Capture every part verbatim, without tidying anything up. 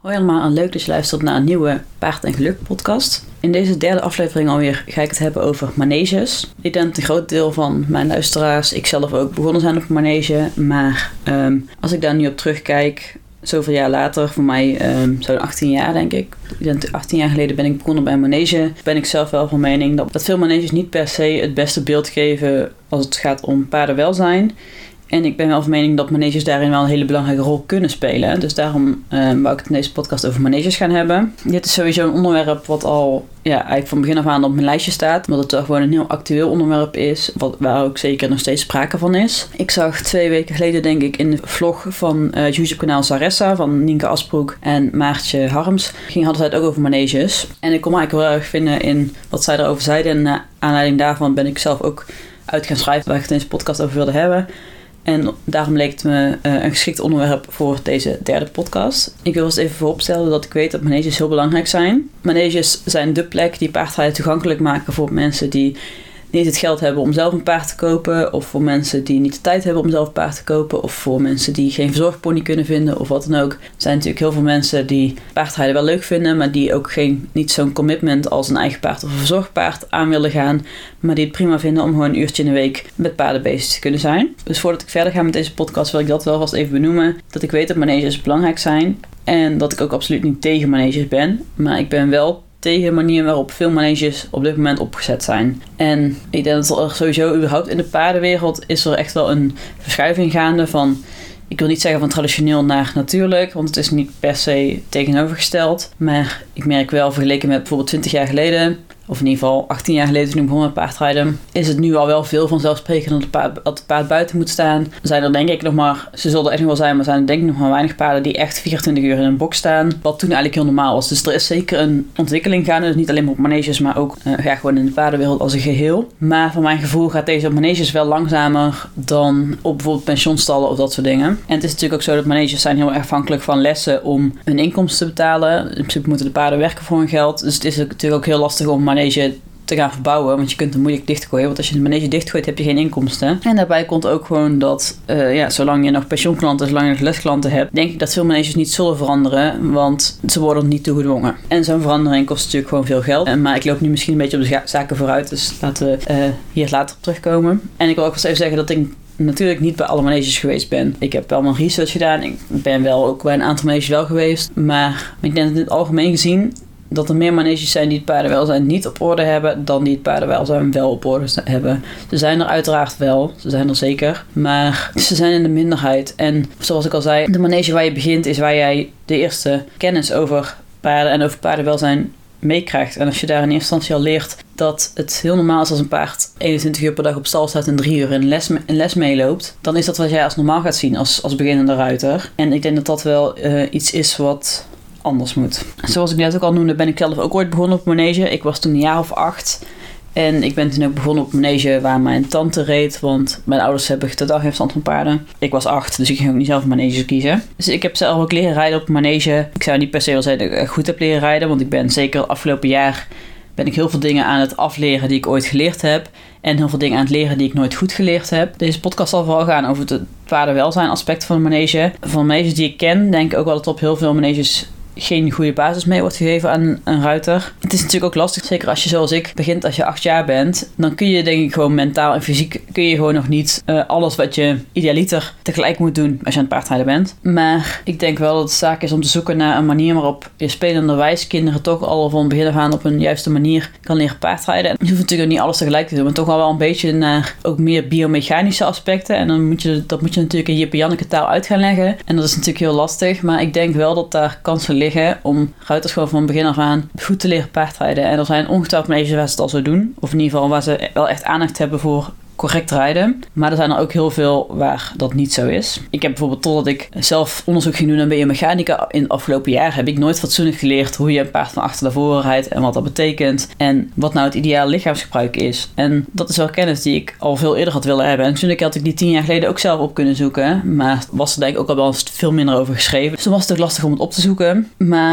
Hoi allemaal en leuk dat je luistert naar een nieuwe Paard en Geluk podcast. In deze derde aflevering alweer ga ik het hebben over maneges. Ik denk dat een groot deel van mijn luisteraars, ik zelf ook, begonnen zijn op een manege. Maar um, als ik daar nu op terugkijk, zoveel jaar later, voor mij um, zo'n achttien jaar denk ik. Ik denk achttien jaar geleden ben ik begonnen bij een manege. Ben ik zelf wel van mening dat, dat veel maneges niet per se het beste beeld geven als het gaat om paardenwelzijn. En ik ben wel van mening dat maneges daarin wel een hele belangrijke rol kunnen spelen. Dus daarom uh, wou ik het in deze podcast over maneges gaan hebben. Dit is sowieso een onderwerp wat al ja, eigenlijk van begin af aan op mijn lijstje staat. Omdat het wel gewoon een heel actueel onderwerp is. Wat, waar ook zeker nog steeds sprake van is. Ik zag twee weken geleden denk ik in de vlog van uh, het YouTube kanaal Saressa van Nienke Asbroek en Maartje Harms. Ging hadden zij het ook over maneges. En ik kon me eigenlijk heel erg vinden in wat zij erover zeiden. En naar aanleiding daarvan ben ik zelf ook uit gaan schrijven waar ik het in deze podcast over wilde hebben. En daarom leek het me uh, een geschikt onderwerp voor deze derde podcast. Ik wil eens even vooropstellen dat ik weet dat maneges heel belangrijk zijn. Maneges zijn de plek die paardrijden toegankelijk maken voor mensen die niet het geld hebben om zelf een paard te kopen. Of voor mensen die niet de tijd hebben om zelf een paard te kopen. Of voor mensen die geen verzorgpony kunnen vinden of wat dan ook. Er zijn natuurlijk heel veel mensen die paardrijden wel leuk vinden. Maar die ook geen, niet zo'n commitment als een eigen paard of een verzorgpaard aan willen gaan. Maar die het prima vinden om gewoon een uurtje in de week met paarden bezig te kunnen zijn. Dus voordat ik verder ga met deze podcast wil ik dat wel vast even benoemen. Dat ik weet dat maneges belangrijk zijn. En dat ik ook absoluut niet tegen maneges ben. Maar ik ben wel tegen de manier waarop veel maneges op dit moment opgezet zijn. En ik denk dat er sowieso überhaupt in de paardenwereld is er echt wel een verschuiving gaande van, ik wil niet zeggen van traditioneel naar natuurlijk, want het is niet per se tegenovergesteld. Maar ik merk wel vergeleken met bijvoorbeeld twintig jaar geleden, of in ieder geval achttien jaar geleden toen ik begon met paardrijden, is het nu al wel veel vanzelfsprekend dat het paard, dat het paard buiten moet staan. Zijn er denk ik nog maar, ze zullen er echt nog wel zijn, maar zijn er denk ik nog maar weinig paarden die echt vierentwintig uur in een box staan. Wat toen eigenlijk heel normaal was. Dus er is zeker een ontwikkeling gaande. Dus niet alleen maar op maneges, maar ook uh, ja, gewoon in de paardenwereld als een geheel. Maar voor mijn gevoel gaat deze op maneges wel langzamer dan op bijvoorbeeld pensionstallen of dat soort dingen. En het is natuurlijk ook zo dat maneges zijn heel erg afhankelijk van lessen om hun inkomsten te betalen. In principe moeten de paarden werken voor hun geld. Dus het is natuurlijk ook heel lastig om manege te gaan verbouwen, want je kunt hem moeilijk dichtgooien, want als je de manege dichtgooit heb je geen inkomsten. En daarbij komt ook gewoon dat uh, ja, zolang je nog pensioenklanten, zolang je nog lesklanten hebt, denk ik dat veel maneges niet zullen veranderen, want ze worden niet toe gedwongen. En zo'n verandering kost natuurlijk gewoon veel geld. Uh, maar ik loop nu misschien een beetje op de ga- zaken vooruit, dus laten we uh, hier later op terugkomen. En ik wil ook wel even zeggen dat ik natuurlijk niet bij alle maneges geweest ben. Ik heb wel mijn research gedaan. Ik ben wel ook bij een aantal maneges wel geweest, maar ik denk dat in het algemeen gezien dat er meer maneges zijn die het paardenwelzijn niet op orde hebben dan die het paardenwelzijn wel op orde hebben. Ze zijn er uiteraard wel, ze zijn er zeker, maar ze zijn in de minderheid. En zoals ik al zei, de manege waar je begint is waar jij de eerste kennis over paarden en over paardenwelzijn meekrijgt. En als je daar in eerste instantie al leert dat het heel normaal is als een paard eenentwintig uur per dag op stal staat en drie uur in les, in les meeloopt, dan is dat wat jij als normaal gaat zien als, als beginnende ruiter. En ik denk dat dat wel uh, iets is wat anders moet. Zoals ik net ook al noemde, ben ik zelf ook ooit begonnen op manege. Ik was toen een jaar of acht. En ik ben toen ook begonnen op manege waar mijn tante reed. Want mijn ouders hebben totaal geen verstand van paarden. Ik was acht, dus ik ging ook niet zelf manege kiezen. Dus ik heb zelf ook leren rijden op manege. Ik zou niet per se wel zeggen dat ik goed heb leren rijden. Want ik ben zeker het afgelopen jaar ben ik heel veel dingen aan het afleren die ik ooit geleerd heb. En heel veel dingen aan het leren die ik nooit goed geleerd heb. Deze podcast zal vooral gaan over het paardenwelzijn aspect van de manege. Van maneges die ik ken, denk ik ook wel dat op heel veel maneges geen goede basis mee wordt gegeven aan een ruiter. Het is natuurlijk ook lastig, zeker als je zoals ik begint als je acht jaar bent. Dan kun je denk ik gewoon mentaal en fysiek kun je gewoon nog niet uh, alles wat je idealiter tegelijk moet doen als je aan het paardrijden bent. Maar ik denk wel dat het zaak is om te zoeken naar een manier waarop je spelenderwijs kinderen toch al van begin af aan op een juiste manier kan leren paardrijden. Je hoeft natuurlijk ook niet alles tegelijk te doen, maar toch wel wel een beetje naar ook meer biomechanische aspecten. En dan moet je, dat moet je natuurlijk in Jip en Janneke taal uit gaan leggen. En dat is natuurlijk heel lastig, maar ik denk wel dat daar kansen liggen om ruiters gewoon van begin af aan goed te leren paardrijden. En er zijn ongetwijfeld maneges waar ze het al zo doen. Of in ieder geval waar ze wel echt aandacht hebben voor correct rijden. Maar er zijn er ook heel veel waar dat niet zo is. Ik heb bijvoorbeeld totdat ik zelf onderzoek ging doen naar biomechanica in het afgelopen jaar heb ik nooit fatsoenlijk geleerd hoe je een paard van achter naar voren rijdt en wat dat betekent en wat nou het ideale lichaamsgebruik is. En dat is wel kennis die ik al veel eerder had willen hebben. En natuurlijk had ik die tien jaar geleden ook zelf op kunnen zoeken. Maar was er denk ik ook al wel eens veel minder over geschreven. Dus dan was het ook lastig om het op te zoeken. Maar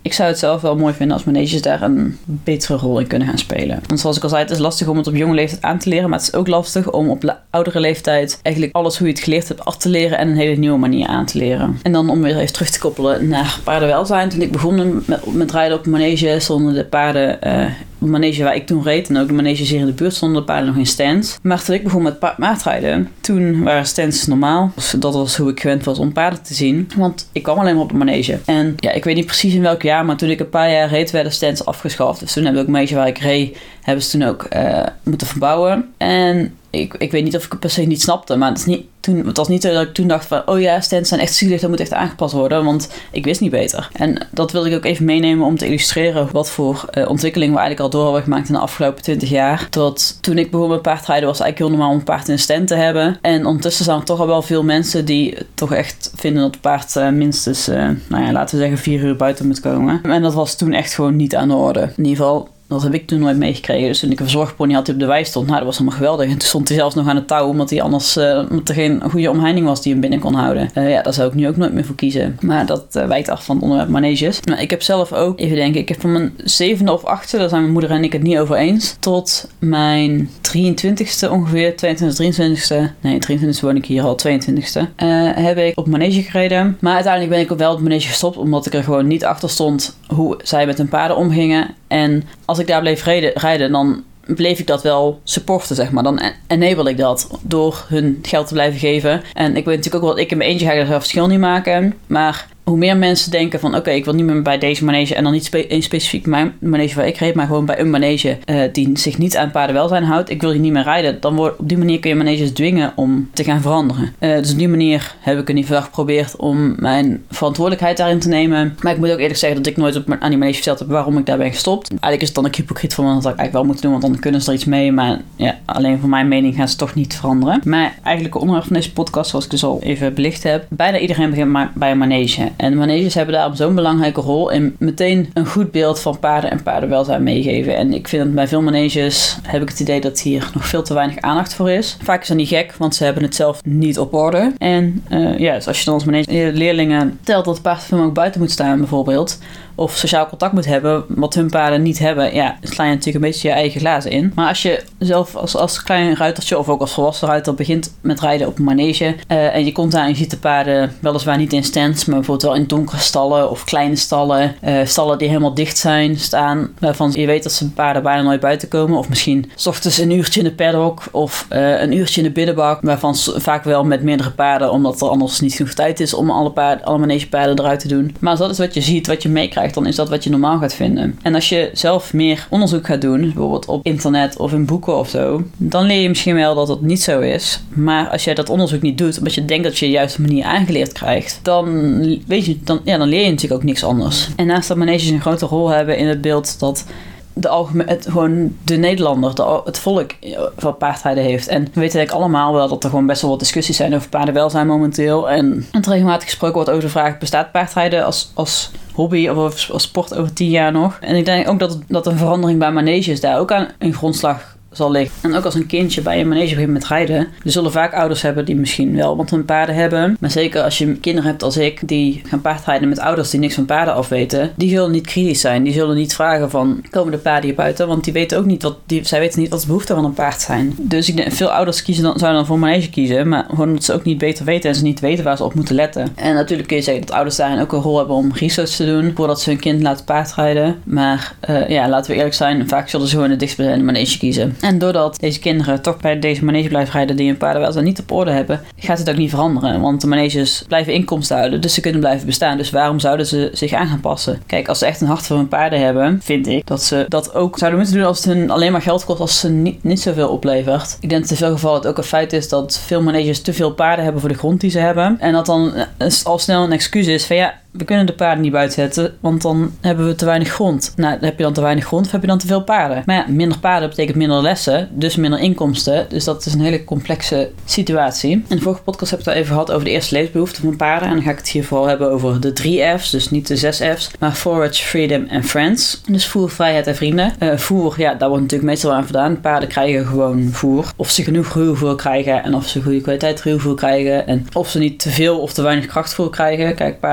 ik zou het zelf wel mooi vinden als maneges daar een betere rol in kunnen gaan spelen. Want zoals ik al zei, het is lastig om het op jonge leeftijd aan te leren, maar het is ook lastig om op la- oudere leeftijd eigenlijk alles hoe je het geleerd hebt af te leren en een hele nieuwe manier aan te leren. En dan om weer even terug te koppelen naar paardenwelzijn. Toen ik begon met, met rijden op manege, stonden de paarden... Uh, de manege waar ik toen reed en ook de maneges hier in de buurt stonden de paarden nog in stands. Maar toen ik begon met pa- paardrijden, toen waren stands normaal. Dus dat was hoe ik gewend was om paarden te zien. Want ik kwam alleen maar op de manege. En ja, ik weet niet precies in welk jaar, maar toen ik een paar jaar reed, werden stands afgeschaft. Dus toen heb ik ook een manege waar ik reed, hebben ze toen ook uh, moeten verbouwen. En ik, ik weet niet of ik het per se niet snapte, maar het, is niet, toen, het was niet zo dat ik toen dacht van, oh ja, stands zijn echt zielig, dat moet echt aangepast worden, want ik wist niet beter. En dat wilde ik ook even meenemen om te illustreren wat voor uh, ontwikkeling we eigenlijk al door hebben gemaakt in de afgelopen twintig jaar. Tot toen ik begon met paardrijden was het eigenlijk heel normaal om een paard in een stand te hebben. En ondertussen zijn er toch al wel veel mensen die toch echt vinden dat het paard uh, minstens, uh, nou ja, laten we zeggen vier uur buiten moet komen. En dat was toen echt gewoon niet aan de orde. In ieder geval... Dat heb ik toen nooit meegekregen. Dus toen ik een verzorgpony had die op de wei stond, nou, dat was helemaal geweldig. En toen stond hij zelfs nog aan het touw, omdat hij anders uh, omdat er geen goede omheining was die hem binnen kon houden. Uh, ja, daar zou ik nu ook nooit meer voor kiezen. Maar dat uh, wijkt af van het onderwerp maneges. Nou, ik heb zelf ook, even denken, ik heb van mijn zevende of achtste, daar zijn mijn moeder en ik het niet over eens, tot mijn drieëntwintigste ongeveer, tweeëntwintig, drieëntwintigste, nee, drieëntwintigste woon ik hier al, tweeëntwintigste, uh, heb ik op manege gereden. Maar uiteindelijk ben ik ook wel op manege gestopt, omdat ik er gewoon niet achter stond hoe zij met hun paarden omgingen. En als ik daar bleef rijden, rijden, dan bleef ik dat wel supporten, zeg maar. Dan enable ik dat door hun geld te blijven geven. En ik weet natuurlijk ook wel, ik in mijn eentje ga er zelf verschil niet maken. Maar hoe meer mensen denken van, oké, okay, ik wil niet meer bij deze manege en dan niet spe- specifiek mijn manege waar ik reed, maar gewoon bij een manege uh, die zich niet aan paardenwelzijn houdt. Ik wil hier niet meer rijden. Dan wordt, op die manier kun je maneges dwingen om te gaan veranderen. Uh, dus op die manier heb ik in ieder geval geprobeerd om mijn verantwoordelijkheid daarin te nemen. Maar ik moet ook eerlijk zeggen dat ik nooit op, aan die manege verteld heb waarom ik daar ben gestopt. Eigenlijk is het dan ook hypocriet van me, dat had ik eigenlijk wel moeten doen, want dan kunnen ze er iets mee. Maar ja, alleen voor mijn mening gaan ze toch niet veranderen. Maar eigenlijk het onderwerp van deze podcast, zoals ik dus al even belicht heb, bijna iedereen begint maar bij een manege. En maneges hebben daarom zo'n belangrijke rol in meteen een goed beeld van paarden en paardenwelzijn meegeven. En ik vind dat bij veel maneges heb ik het idee dat hier nog veel te weinig aandacht voor is. Vaak is dat niet gek, want ze hebben het zelf niet op orde. En uh, ja, dus als je dan als manege leerlingen telt dat het paard veel ook buiten moet staan bijvoorbeeld, of sociaal contact moet hebben, wat hun paarden niet hebben, ja, sla je natuurlijk een beetje je eigen glazen in. Maar als je zelf als, als klein ruitertje of ook als volwassen ruiter begint met rijden op een manege uh, en je komt daar en je ziet de paarden weliswaar niet in stands, maar bijvoorbeeld wel in donkere stallen of kleine stallen, uh, stallen die helemaal dicht zijn, staan, waarvan je weet dat ze paarden bijna nooit buiten komen, of misschien 's ochtends een uurtje in de paddock of uh, een uurtje in de binnenbak, waarvan vaak wel met meerdere paarden, omdat er anders niet genoeg tijd is om alle, paarden, alle manegepaarden eruit te doen. Maar als dat is wat je ziet, wat je meekrijgt, dan is dat wat je normaal gaat vinden. En als je zelf meer onderzoek gaat doen, bijvoorbeeld op internet of in boeken of zo, dan leer je misschien wel dat dat niet zo is. Maar als jij dat onderzoek niet doet, omdat je denkt dat je de juiste manier aangeleerd krijgt, dan, weet je, dan, ja, dan leer je natuurlijk ook niks anders. En naast dat maneges een grote rol hebben in het beeld dat de algemeen, het, gewoon de Nederlander, de, het volk van paardrijden heeft. En we weten denk ik allemaal wel dat er gewoon best wel wat discussies zijn over paardenwelzijn momenteel. En het regelmatig gesproken wordt over de vraag, bestaat paardrijden als, als hobby of als sport over tien jaar nog? En ik denk ook dat, dat een verandering bij maneges daar ook aan een grondslag zal liggen. En ook als een kindje bij een manege begint met rijden, er zullen vaak ouders hebben die misschien wel wat van paarden hebben. Maar zeker als je kinderen hebt als ik, die gaan paardrijden met ouders die niks van paarden afweten, die zullen niet kritisch zijn. Die zullen niet vragen van, komen de paarden hier buiten? Want die weten ook niet wat, die, zij weten niet wat de behoeften van een paard zijn. Dus ik denk, veel ouders kiezen dan, zouden dan voor een manege kiezen, maar gewoon omdat ze ook niet beter weten en ze niet weten waar ze op moeten letten. En natuurlijk kun je zeggen dat ouders daarin ook een rol hebben om research te doen, voordat ze hun kind laten paardrijden. Maar uh, ja, laten we eerlijk zijn, vaak zullen ze gewoon de dichtstbijzijnde manege kiezen. En doordat deze kinderen toch bij deze manege blijven rijden die hun paardenwelzijn niet op orde hebben, gaat het ook niet veranderen. Want de maneges blijven inkomsten houden, dus ze kunnen blijven bestaan. Dus waarom zouden ze zich aan gaan passen? Kijk, als ze echt een hart voor hun paarden hebben, vind ik dat ze dat ook zouden moeten doen als het hun alleen maar geld kost, als ze niet, niet zoveel oplevert. Ik denk dat in veel gevallen het ook een feit is dat veel maneges te veel paarden hebben voor de grond die ze hebben. En dat dan al snel een excuus is van ja, we kunnen de paarden niet buiten zetten, want dan hebben we te weinig grond. Nou, heb je dan te weinig grond of heb je dan te veel paarden? Maar ja, minder paarden betekent minder lessen, dus minder inkomsten. Dus dat is een hele complexe situatie. In de vorige podcast heb ik het al even gehad over de eerste levensbehoeften van paarden. En dan ga ik het hier vooral hebben over de drie F's, dus niet de zes F's, maar forage, freedom en friends. Dus voer, vrijheid en vrienden. Uh, voer, ja, daar wordt natuurlijk meestal aan gedaan. Paarden krijgen gewoon voer. Of ze genoeg ruwvoer krijgen en of ze goede kwaliteit ruwvoer krijgen. En of ze niet te veel of te weinig krachtvoer krijgen. Kijk, paarden lopen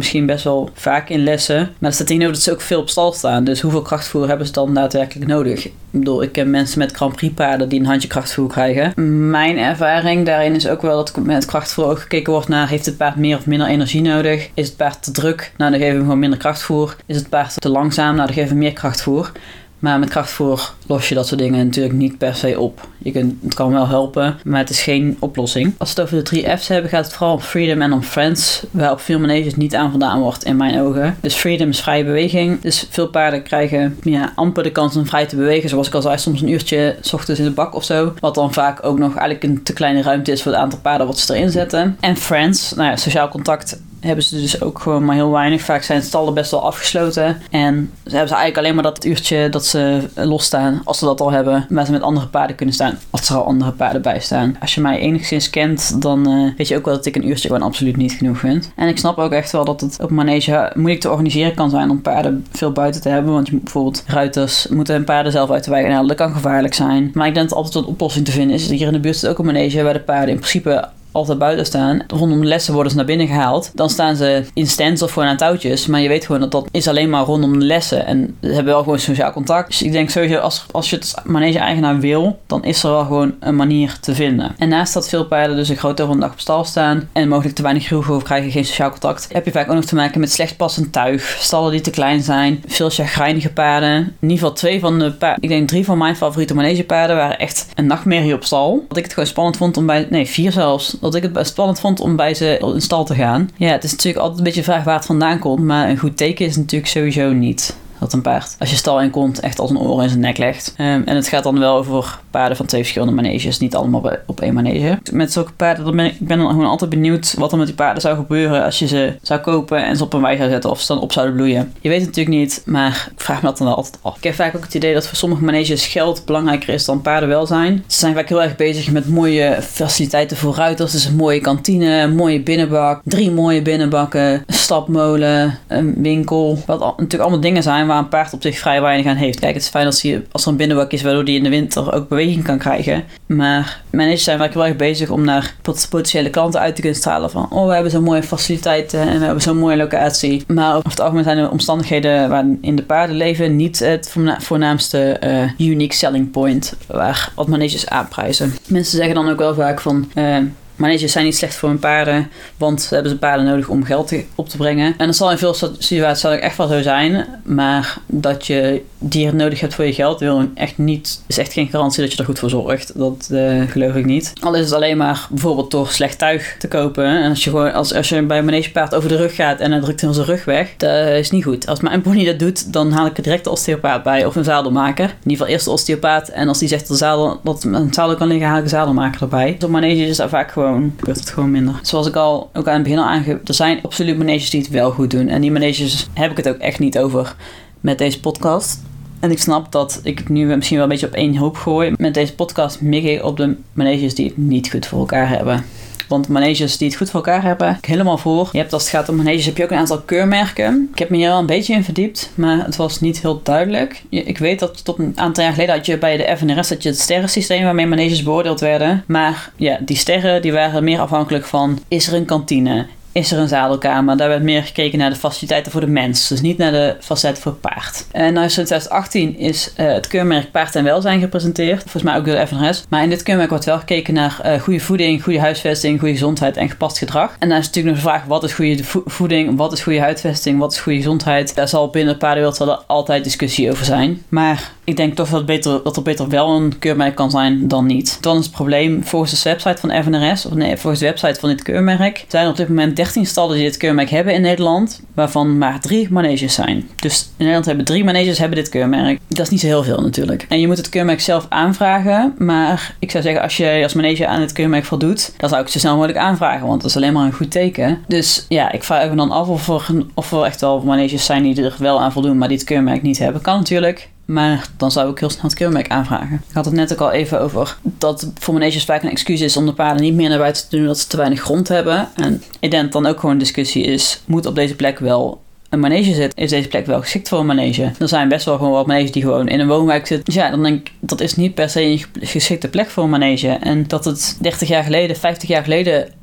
misschien best wel vaak in lessen. Maar dat staat tegenover dat ze ook veel op stal staan. Dus hoeveel krachtvoer hebben ze dan daadwerkelijk nodig? Ik bedoel, ik ken mensen met Grand Prix paarden die een handje krachtvoer krijgen. Mijn ervaring daarin is ook wel dat met krachtvoer ook gekeken wordt naar, heeft het paard meer of minder energie nodig? Is het paard te druk? Nou, dan geven we hem gewoon minder krachtvoer. Is het paard te langzaam? Nou, dan geven we meer krachtvoer. Maar met krachtvoer los je dat soort dingen natuurlijk niet per se op. Je kunt, het kan wel helpen, maar het is geen oplossing. Als we het over de drie F's hebben, gaat het vooral om freedom en om friends. Waar op veel maneges niet aan voldaan wordt in mijn ogen. Dus freedom is vrije beweging. Dus veel paarden krijgen ja, amper de kans om vrij te bewegen. Zoals ik al zei, soms een uurtje 's ochtends in de bak of zo. Wat dan vaak ook nog eigenlijk een te kleine ruimte is voor het aantal paarden wat ze erin zetten. En friends, nou ja, sociaal contact hebben ze dus ook gewoon maar heel weinig. Vaak zijn stallen best wel afgesloten. En ze hebben ze eigenlijk alleen maar dat uurtje dat ze losstaan, als ze dat al hebben, waar ze met andere paarden kunnen staan, als er al andere paarden bij staan. Als je mij enigszins kent, dan uh, weet je ook wel dat ik een uurtje gewoon absoluut niet genoeg vind. En ik snap ook echt wel dat het op manege moeilijk te organiseren kan zijn om paarden veel buiten te hebben. Want je moet bijvoorbeeld ruiters moeten hun paarden zelf uit de wijk halen. Dat kan gevaarlijk zijn. Maar ik denk dat altijd een oplossing te vinden is. Hier in de buurt is ook een manege waar de paarden in principe altijd buiten staan. Rondom de lessen worden ze naar binnen gehaald. Dan staan ze in stands of gewoon aan touwtjes. Maar je weet gewoon dat dat is alleen maar rondom de lessen. En ze hebben wel gewoon sociaal contact. Dus ik denk sowieso, als, als je het manege-eigenaar wil, dan is er wel gewoon een manier te vinden. En naast dat veel paarden dus een groot deel van de dag op stal staan en mogelijk te weinig gruwel krijgen, geen sociaal contact, heb je vaak ook nog te maken met slecht passend tuig. Stallen die te klein zijn. Veel chagrijnige paarden. In ieder geval twee van de paarden, ik denk drie van mijn favoriete manegepaarden waren echt een nachtmerrie op stal. Dat ik het gewoon spannend vond om bij, nee vier zelfs, dat ik het best spannend vond om bij ze in stal te gaan. Ja, het is natuurlijk altijd een beetje de vraag waar het vandaan komt, maar een goed teken is natuurlijk sowieso niet dat een paard, als je stal in komt, echt als een oor in zijn nek legt. Um, en het gaat dan wel over paarden van twee verschillende maneges, niet allemaal bij, op één manege. Met zulke paarden, dan ben ik, ik ben dan gewoon altijd benieuwd wat er met die paarden zou gebeuren als je ze zou kopen en ze op een wei zou zetten of ze dan op zouden bloeien. Je weet het natuurlijk niet, maar ik vraag me dat dan wel altijd af. Ik heb vaak ook het idee dat voor sommige maneges geld belangrijker is dan paardenwelzijn. Ze zijn vaak heel erg bezig met mooie faciliteiten voor ruiters, dus een mooie kantine, een mooie binnenbak, drie mooie binnenbakken, een stapmolen, een winkel, wat al, natuurlijk allemaal dingen zijn waar een paard op zich vrij weinig aan heeft. Kijk, het is fijn als, hij, als er een binnenbak is waardoor hij in de winter ook beweging kan krijgen. Maar managers zijn vaak heel erg bezig om naar potentiële klanten uit te kunnen stralen van, oh, we hebben zo'n mooie faciliteiten en we hebben zo'n mooie locatie. Maar over het algemeen zijn de omstandigheden waarin de paarden leven niet het voornaamste uh, unique selling point waar wat managers aanprijzen. Mensen zeggen dan ook wel vaak van, Uh, maneges zijn niet slecht voor hun paarden, want ze hebben ze paarden nodig om geld te, op te brengen. En dat zal in veel situaties zal ook echt wel zo zijn, maar dat je dieren nodig hebt voor je geld wil echt niet, is echt geen garantie dat je er goed voor zorgt. Dat uh, geloof ik niet. Al is het alleen maar bijvoorbeeld door slecht tuig te kopen. En als je gewoon, als, als je bij een manegepaard over de rug gaat en hij drukt heel zijn rug weg, dat is niet goed. Als mijn pony dat doet, dan haal ik er direct de osteopaat bij of een zadelmaker. In ieder geval eerst de osteopaat en als die zegt dat, zadel, dat een zadel kan liggen, haal ik een zadelmaker erbij. Dus op maneges is dat vaak gewoon gebeurt het gewoon minder. Zoals ik al ook aan het begin al aangegeven, er zijn absoluut maneges die het wel goed doen. En die maneges heb ik het ook echt niet over met deze podcast. En ik snap dat ik het nu misschien wel een beetje op één hoop gooi. Met deze podcast mik ik op de maneges die het niet goed voor elkaar hebben. Want maneges die het goed voor elkaar hebben, ik helemaal voor. Je hebt, als het gaat om maneges, heb je ook een aantal keurmerken. Ik heb me hier wel een beetje in verdiept, maar het was niet heel duidelijk. Ik weet dat tot een aantal jaar geleden had je bij de F N R S dat je het sterrensysteem waarmee maneges beoordeeld werden. Maar ja, die sterren die waren meer afhankelijk van, is er een kantine? Is er een zadelkamer? Daar werd meer gekeken naar de faciliteiten voor de mens. Dus niet naar de faciliteiten voor het paard. En nou, in twintig achttien is uh, het keurmerk Paard en Welzijn gepresenteerd. Volgens mij ook door de F N R S. Maar in dit keurmerk wordt wel gekeken naar uh, goede voeding, goede huisvesting, goede gezondheid en gepast gedrag. En dan is natuurlijk nog de vraag, wat is goede vo- voeding? Wat is goede huisvesting? Wat is goede gezondheid? Daar zal binnen de paardenwereld altijd discussie over zijn. Maar ik denk toch dat, het beter, dat er beter wel een keurmerk kan zijn dan niet. Dan is het probleem, volgens de website van F N R S, of nee, volgens de website van dit keurmerk, zijn er op dit moment dertien stallen die dit keurmerk hebben in Nederland, waarvan maar drie maneges zijn. Dus in Nederland hebben drie maneges hebben dit keurmerk. Dat is niet zo heel veel natuurlijk. En je moet het keurmerk zelf aanvragen, maar ik zou zeggen, als je als manege aan het keurmerk voldoet, dan zou ik het zo snel mogelijk aanvragen, want dat is alleen maar een goed teken. Dus ja, ik vraag me dan af of er, of er echt wel maneges zijn die er wel aan voldoen, maar die het keurmerk niet hebben. Kan natuurlijk. Maar dan zou ik heel snel het keurmerk aanvragen. Ik had het net ook al even over dat het voor maneges vaak een excuus is om de paarden niet meer naar buiten te doen omdat ze te weinig grond hebben. En ik denk dan ook gewoon een discussie is, moet op deze plek wel een manege zitten? Is deze plek wel geschikt voor een manege? Er zijn best wel gewoon wat maneges die gewoon in een woonwijk zitten. Dus ja, dan denk ik, dat is niet per se een geschikte plek voor een manege. En dat het dertig jaar geleden, vijftig jaar geleden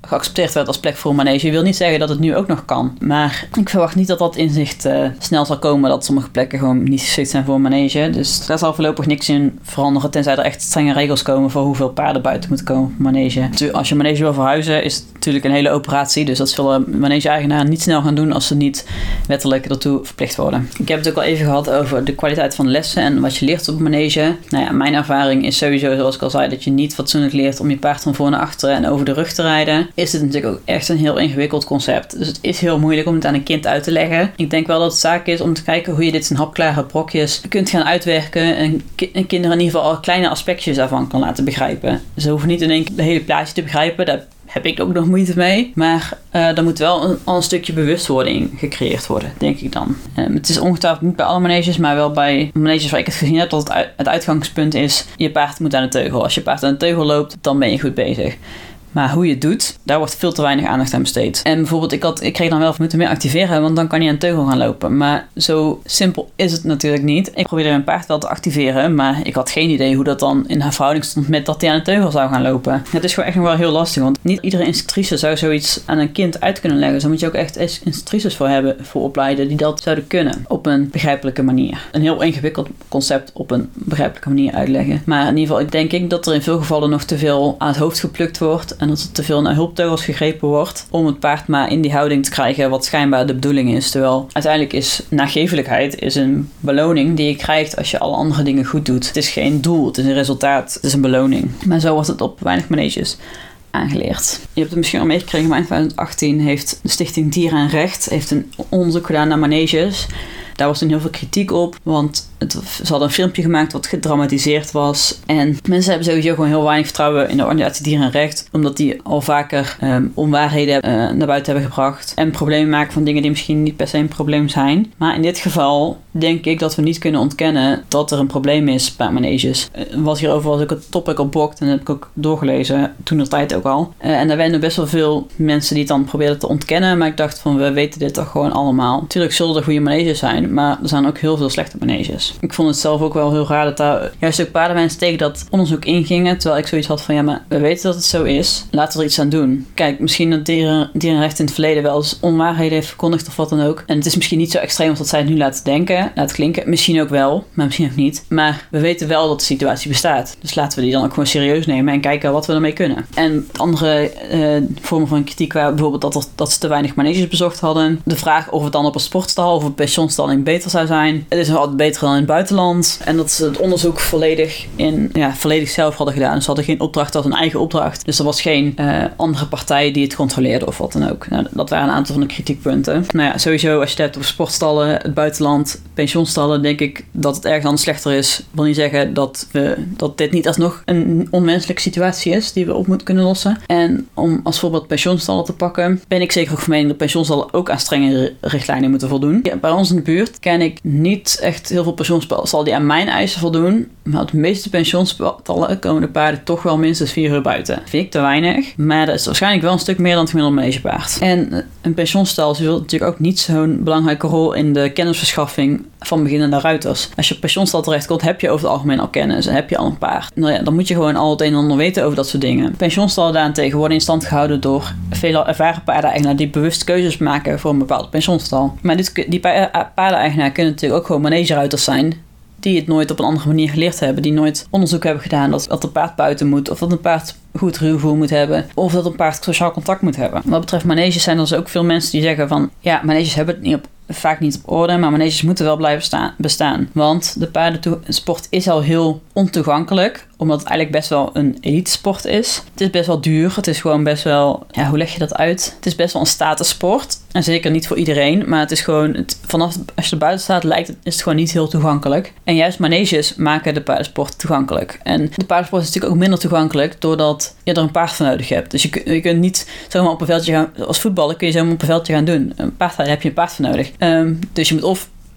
geaccepteerd werd als plek voor een manege, wil niet zeggen dat het nu ook nog kan. Maar ik verwacht niet dat dat inzicht uh, snel zal komen dat sommige plekken gewoon niet geschikt zijn voor een manege. Dus daar zal voorlopig niks in veranderen, tenzij er echt strenge regels komen voor hoeveel paarden buiten moeten komen op een manege. Als je een manege wil verhuizen, is het natuurlijk een hele operatie. Dus dat zullen manege-eigenaren niet snel gaan doen als ze niet wettelijk ertoe verplicht worden. Ik heb het ook al even gehad over de kwaliteit van de lessen en wat je leert op een manege. Nou ja, mijn ervaring is sowieso, zoals ik al zei, dat je niet fatsoenlijk leert om je paard van voor naar achteren en over de rug te rijden. Is het natuurlijk ook echt een heel ingewikkeld concept. Dus het is heel moeilijk om het aan een kind uit te leggen. Ik denk wel dat het zaak is om te kijken hoe je dit in hapklare brokjes kunt gaan uitwerken en, ki- en kinderen in ieder geval al kleine aspectjes daarvan kan laten begrijpen. Ze hoeven niet in één keer de hele plaatje te begrijpen. Daar heb ik ook nog moeite mee. Maar uh, er moet wel een, al een stukje bewustwording gecreëerd worden, denk ik dan. Um, het is ongetwijfeld niet bij alle maneges, maar wel bij maneges waar ik het gezien heb, dat het, uit, het uitgangspunt is, je paard moet aan de teugel. Als je paard aan de teugel loopt, dan ben je goed bezig. Maar hoe je het doet, daar wordt veel te weinig aandacht aan besteed. En bijvoorbeeld, ik, had, ik kreeg dan wel van, moeten meer activeren, want dan kan hij aan de teugel gaan lopen. Maar zo simpel is het natuurlijk niet. Ik probeerde mijn paard wel te activeren, maar ik had geen idee hoe dat dan in haar verhouding stond met dat hij aan de teugel zou gaan lopen. Het is gewoon echt nog wel heel lastig, want niet iedere instructrice zou zoiets aan een kind uit kunnen leggen. Dus daar moet je ook echt instructrices voor hebben, voor opleiden, die dat zouden kunnen. Op een begrijpelijke manier. Een heel ingewikkeld concept op een begrijpelijke manier uitleggen. Maar in ieder geval, ik denk ik dat er in veel gevallen nog te veel aan het hoofd geplukt wordt. En dat er te veel naar hulpteugels gegrepen wordt om het paard maar in die houding te krijgen wat schijnbaar de bedoeling is. Terwijl uiteindelijk is nagevelijkheid is een beloning die je krijgt als je alle andere dingen goed doet. Het is geen doel, het is een resultaat, het is een beloning. Maar zo wordt het op weinig maneges aangeleerd. Je hebt het misschien al meegekregen, maar in twintig achttien heeft de Stichting Dier en Recht heeft een onderzoek gedaan naar maneges. Daar was toen heel veel kritiek op, want het, ze hadden een filmpje gemaakt wat gedramatiseerd was. En mensen hebben sowieso gewoon heel weinig vertrouwen in de organisatie Dier en Recht, omdat die al vaker um, onwaarheden uh, naar buiten hebben gebracht en problemen maken van dingen die misschien niet per se een probleem zijn. Maar in dit geval denk ik dat we niet kunnen ontkennen dat er een probleem is bij maneges. Uh, was hierover was ook het topic op Bokt en dat heb ik ook doorgelezen, toen de tijd ook al. Uh, en daar werden best wel veel mensen die het dan probeerden te ontkennen, maar ik dacht van, we weten dit toch gewoon allemaal. Natuurlijk zullen er goede maneges zijn, maar er zijn ook heel veel slechte maneges. Ik vond het zelf ook wel heel raar dat daar juist ook paardenmensen tegen dat onderzoek ingingen, terwijl ik zoiets had van, ja, maar we weten dat het zo is. Laten we er iets aan doen. Kijk, misschien dat dieren, dierenrecht in het verleden wel eens onwaarheden heeft verkondigd of wat dan ook. En het is misschien niet zo extreem als dat zij het nu laten denken, laten klinken. Misschien ook wel, maar misschien ook niet. Maar we weten wel dat de situatie bestaat. Dus laten we die dan ook gewoon serieus nemen en kijken wat we ermee kunnen. En andere uh, vormen van kritiek waren bijvoorbeeld dat, er, dat ze te weinig maneges bezocht hadden. De vraag of het dan op een sportstal of een pensionstalling beter zou zijn. Het is nog altijd beter dan in het buitenland. En dat ze het onderzoek volledig, in, ja, volledig zelf hadden gedaan. Dus ze hadden geen opdracht, dat was een eigen opdracht. Dus er was geen uh, andere partij die het controleerde of wat dan ook. Nou, dat waren een aantal van de kritiekpunten. Nou ja, sowieso als je het hebt over sportstallen, het buitenland, pensioenstallen, denk ik dat het ergens anders slechter is. Ik wil niet zeggen dat, we, dat dit niet alsnog een onmenselijke situatie is die we op moeten kunnen lossen. En om als voorbeeld pensioenstallen te pakken, ben ik zeker ook van mening dat pensioenstallen ook aan strenge richtlijnen moeten voldoen. Ja, bij ons in de buurt ken ik niet echt heel veel pensioenstallen die aan mijn eisen voldoen. Maar op de meeste pensioenstallen komen de paarden toch wel minstens vier uur buiten. Vind ik te weinig. Maar dat is waarschijnlijk wel een stuk meer dan het gemiddelde manegepaard. En een pensioenstal speelt natuurlijk ook niet zo'n belangrijke rol in de kennisverschaffing van beginnende ruiters. Als je op pensioenstal terechtkomt, heb je over het algemeen al kennis en heb je al een paard. Nou ja, dan moet je gewoon al het een en ander weten over dat soort dingen. Pensioenstallen daarentegen worden in stand gehouden door veelal ervaren paardeneigenaren die bewust keuzes maken voor een bepaalde pensioenstal. Maar dit, die paardeneigenaren kunnen natuurlijk ook gewoon manegeruiters zijn die het nooit op een andere manier geleerd hebben, die nooit onderzoek hebben gedaan dat, dat een paard buiten moet, of dat een paard goed ruwvoer moet hebben, of dat een paard sociaal contact moet hebben. Wat betreft maneges zijn er dus ook veel mensen die zeggen van, ja, maneges hebben het niet op, vaak niet op orde, maar maneges moeten wel blijven staan, bestaan. Want de paardensport is al heel ontoegankelijk, omdat het eigenlijk best wel een elite sport is. Het is best wel duur, het is gewoon best wel, ja, hoe leg je dat uit? Het is best wel een statussport. En zeker niet voor iedereen, maar het is gewoon, het, vanaf als je er buiten staat, lijkt het, is het gewoon niet heel toegankelijk. En juist maneges maken de paardensport toegankelijk. En de paardensport is natuurlijk ook minder toegankelijk, doordat je er een paard voor nodig hebt. Dus je, je kunt niet zomaar op een veldje gaan, als voetballer kun je zomaar op een veldje gaan doen. Een paardrijden heb je een paard voor nodig. Um, dus je moet of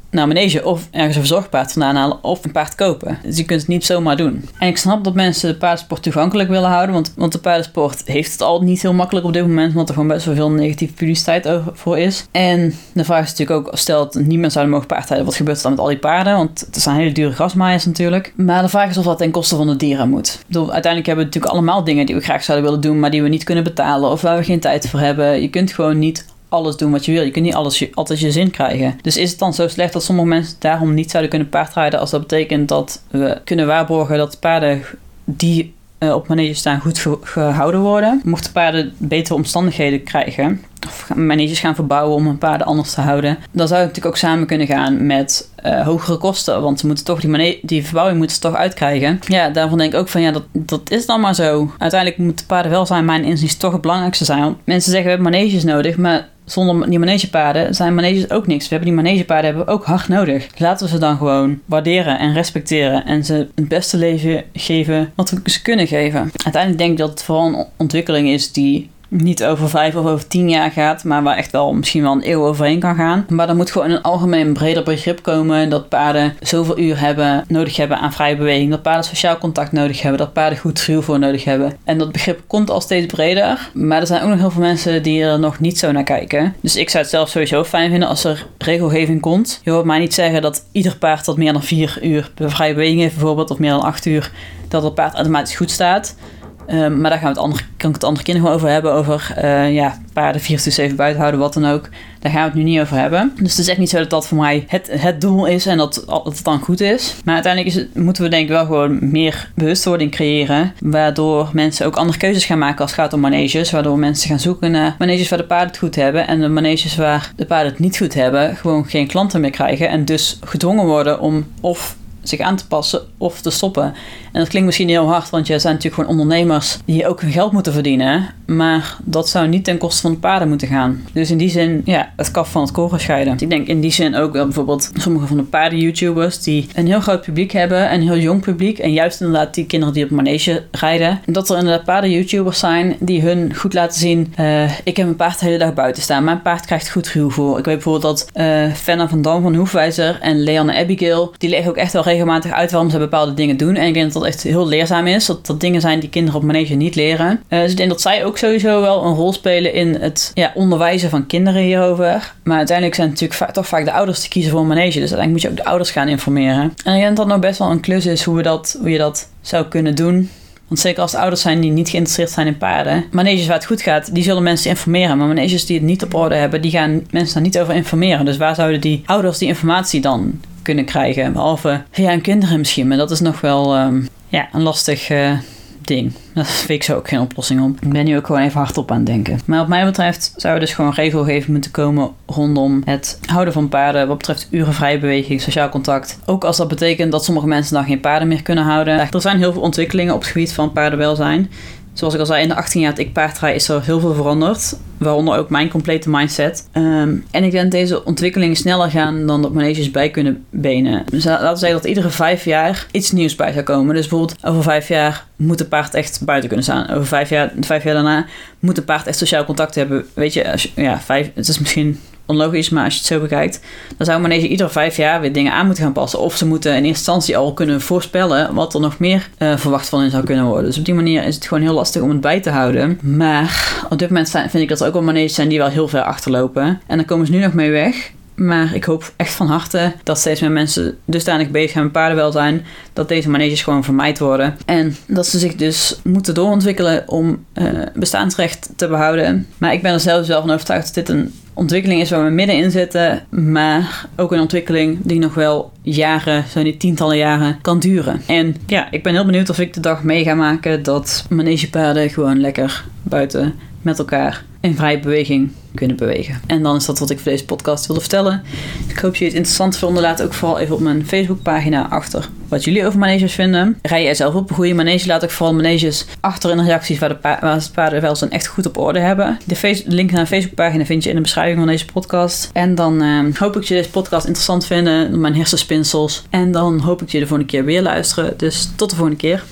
naar een manege of ergens een verzorgd paard vandaan halen of een paard kopen. Dus je kunt het niet zomaar doen. En ik snap dat mensen de paardensport toegankelijk willen houden, want, want de paardensport heeft het al niet heel makkelijk op dit moment, omdat er gewoon best wel veel negatieve publiciteit over voor is. En de vraag is natuurlijk ook, stel dat niet meer zouden mogen paardrijden, wat gebeurt er dan met al die paarden? Want het zijn hele dure grasmaaiers natuurlijk. Maar de vraag is of dat ten koste van de dieren moet. Ik bedoel, uiteindelijk hebben we natuurlijk allemaal dingen die we graag zouden willen doen, maar die we niet kunnen betalen of waar we geen tijd voor hebben. Je kunt gewoon niet alles doen wat je wil. Je kunt niet alles je, altijd je zin krijgen. Dus is het dan zo slecht dat sommige mensen daarom niet zouden kunnen paardrijden, als dat betekent dat we kunnen waarborgen dat paarden die uh, op maneges staan goed ge- gehouden worden? Mochten paarden betere omstandigheden krijgen of maneges gaan verbouwen om hun paarden anders te houden, dan zou het natuurlijk ook samen kunnen gaan met uh, hogere kosten, want ze moeten toch die, mane- die verbouwing moeten ze toch uitkrijgen. Ja, daarvan denk ik ook van ja, dat, dat is dan maar zo. Uiteindelijk moet paardenwelzijn mijn inziens toch het belangrijkste zijn. Want mensen zeggen we hebben maneges nodig, maar zonder die manegepaarden zijn maneges ook niks. We hebben die manegepaarden hebben we ook hard nodig. Laten we ze dan gewoon waarderen en respecteren en ze het beste leven geven wat we ze kunnen geven. Uiteindelijk denk ik dat het vooral een ontwikkeling is die niet over vijf of over tien jaar gaat, maar waar echt wel misschien wel een eeuw overheen kan gaan. Maar er moet gewoon een algemeen breder begrip komen dat paarden zoveel uur hebben, nodig hebben aan vrije beweging, dat paarden sociaal contact nodig hebben, dat paarden goed truwvoer nodig hebben. En dat begrip komt al steeds breder, maar er zijn ook nog heel veel mensen die er nog niet zo naar kijken. Dus ik zou het zelf sowieso fijn vinden als er regelgeving komt. Je hoort mij niet zeggen dat ieder paard dat meer dan vier uur vrije beweging heeft bijvoorbeeld, of meer dan acht uur, dat het paard automatisch goed staat. Um, maar daar gaan we het andere, kan ik het andere keer nog over hebben. Over uh, ja, paarden vierentwintig zeven buiten houden, wat dan ook. Daar gaan we het nu niet over hebben. Dus het is echt niet zo dat dat voor mij het, het doel is en dat, dat het dan goed is. Maar uiteindelijk is het, moeten we denk ik wel gewoon meer bewustwording creëren. Waardoor mensen ook andere keuzes gaan maken als het gaat om maneges. Waardoor mensen gaan zoeken naar maneges waar de paarden het goed hebben. En de maneges waar de paarden het niet goed hebben gewoon geen klanten meer krijgen. En dus gedwongen worden om of zich aan te passen of te stoppen. En dat klinkt misschien heel hard, want je zijn natuurlijk gewoon ondernemers die ook hun geld moeten verdienen. Maar dat zou niet ten koste van de paarden moeten gaan. Dus in die zin, ja, het kaf van het koren scheiden. Ik denk in die zin ook wel bijvoorbeeld sommige van de paarden-YouTubers die een heel groot publiek hebben, een heel jong publiek. En juist inderdaad die kinderen die op manege rijden. Dat er inderdaad paarden-YouTubers zijn die hun goed laten zien. Uh, ik heb mijn paard de hele dag buiten staan. Mijn paard krijgt goed ruwvoer. Ik weet bijvoorbeeld dat uh, Fenna van Dam van Hoefwijzer en Leanne Abigail, die leggen ook echt wel regelmatig uit waarom ze bepaalde dingen doen. En ik denk dat dat echt heel leerzaam is. Dat dat dingen zijn die kinderen op manege niet leren. Uh, dus ik denk dat zij ook sowieso wel een rol spelen in het ja, onderwijzen van kinderen hierover. Maar uiteindelijk zijn het natuurlijk va- toch vaak de ouders die kiezen voor een manege. Dus uiteindelijk moet je ook de ouders gaan informeren. En ik denk dat dat nou best wel een klus is hoe, we dat, hoe je dat zou kunnen doen. Want zeker als er ouders zijn die niet geïnteresseerd zijn in paarden. Maneges waar het goed gaat, die zullen mensen informeren. Maar maneges die het niet op orde hebben, die gaan mensen daar niet over informeren. Dus waar zouden die ouders die informatie dan kunnen krijgen? Behalve via hun kinderen misschien. Maar dat is nog wel um, ja, een lastig uh, ding. Daar vind ik zo ook geen oplossing op. Ik ben nu ook gewoon even hardop aan het denken. Maar wat mij betreft zou er dus gewoon regelgeving moeten komen rondom het houden van paarden. Wat betreft uren vrije beweging, sociaal contact. Ook als dat betekent dat sommige mensen dan geen paarden meer kunnen houden. Er zijn heel veel ontwikkelingen op het gebied van paardenwelzijn. Zoals ik al zei, in de achttien jaar dat ik paardrij is er heel veel veranderd. Waaronder ook mijn complete mindset. Um, en ik denk dat deze ontwikkelingen sneller gaan dan dat maneges bij kunnen benen. Dus laten we zeggen dat iedere vijf jaar iets nieuws bij zou komen. Dus bijvoorbeeld over vijf jaar moet een paard echt buiten kunnen staan. Over vijf jaar, vijf jaar daarna moet een paard echt sociaal contact hebben. Weet je, als je, ja, vijf, het is misschien onlogisch, maar als je het zo bekijkt, dan zou een manege iedere vijf jaar weer dingen aan moeten gaan passen. Of ze moeten in eerste instantie al kunnen voorspellen wat er nog meer uh, verwacht van hen zou kunnen worden. Dus op die manier is het gewoon heel lastig om het bij te houden. Maar op dit moment vind ik dat er ook wel maneges zijn die wel heel ver achterlopen. En daar komen ze nu nog mee weg. Maar ik hoop echt van harte dat steeds meer mensen dusdanig bezig zijn met paardenwelzijn, dat deze maneges gewoon vermijd worden. En dat ze zich dus moeten doorontwikkelen om uh, bestaansrecht te behouden. Maar ik ben er zelfs wel van overtuigd dat dit een ontwikkeling is waar we middenin zitten, maar ook een ontwikkeling die nog wel jaren, zo niet tientallen jaren, kan duren. En ja, ik ben heel benieuwd of ik de dag mee ga maken dat manegepaarden gewoon lekker buiten met elkaar in vrije beweging kunnen bewegen. En dan is dat wat ik voor deze podcast wilde vertellen. Ik hoop jullie het interessant vonden. Laat ook vooral even op mijn Facebookpagina achter wat jullie over maneges vinden. Rij jij zelf op een goede manege? Laat ook vooral maneges achter in de reacties waar de pa- waar het paardenwelzijn echt goed op orde hebben. De face- link naar de Facebookpagina vind je in de beschrijving van deze podcast. En dan uh, hoop ik dat je deze podcast interessant vinden. Mijn hersenspinsels. En dan hoop ik je de volgende keer weer luisteren. Dus tot de volgende keer.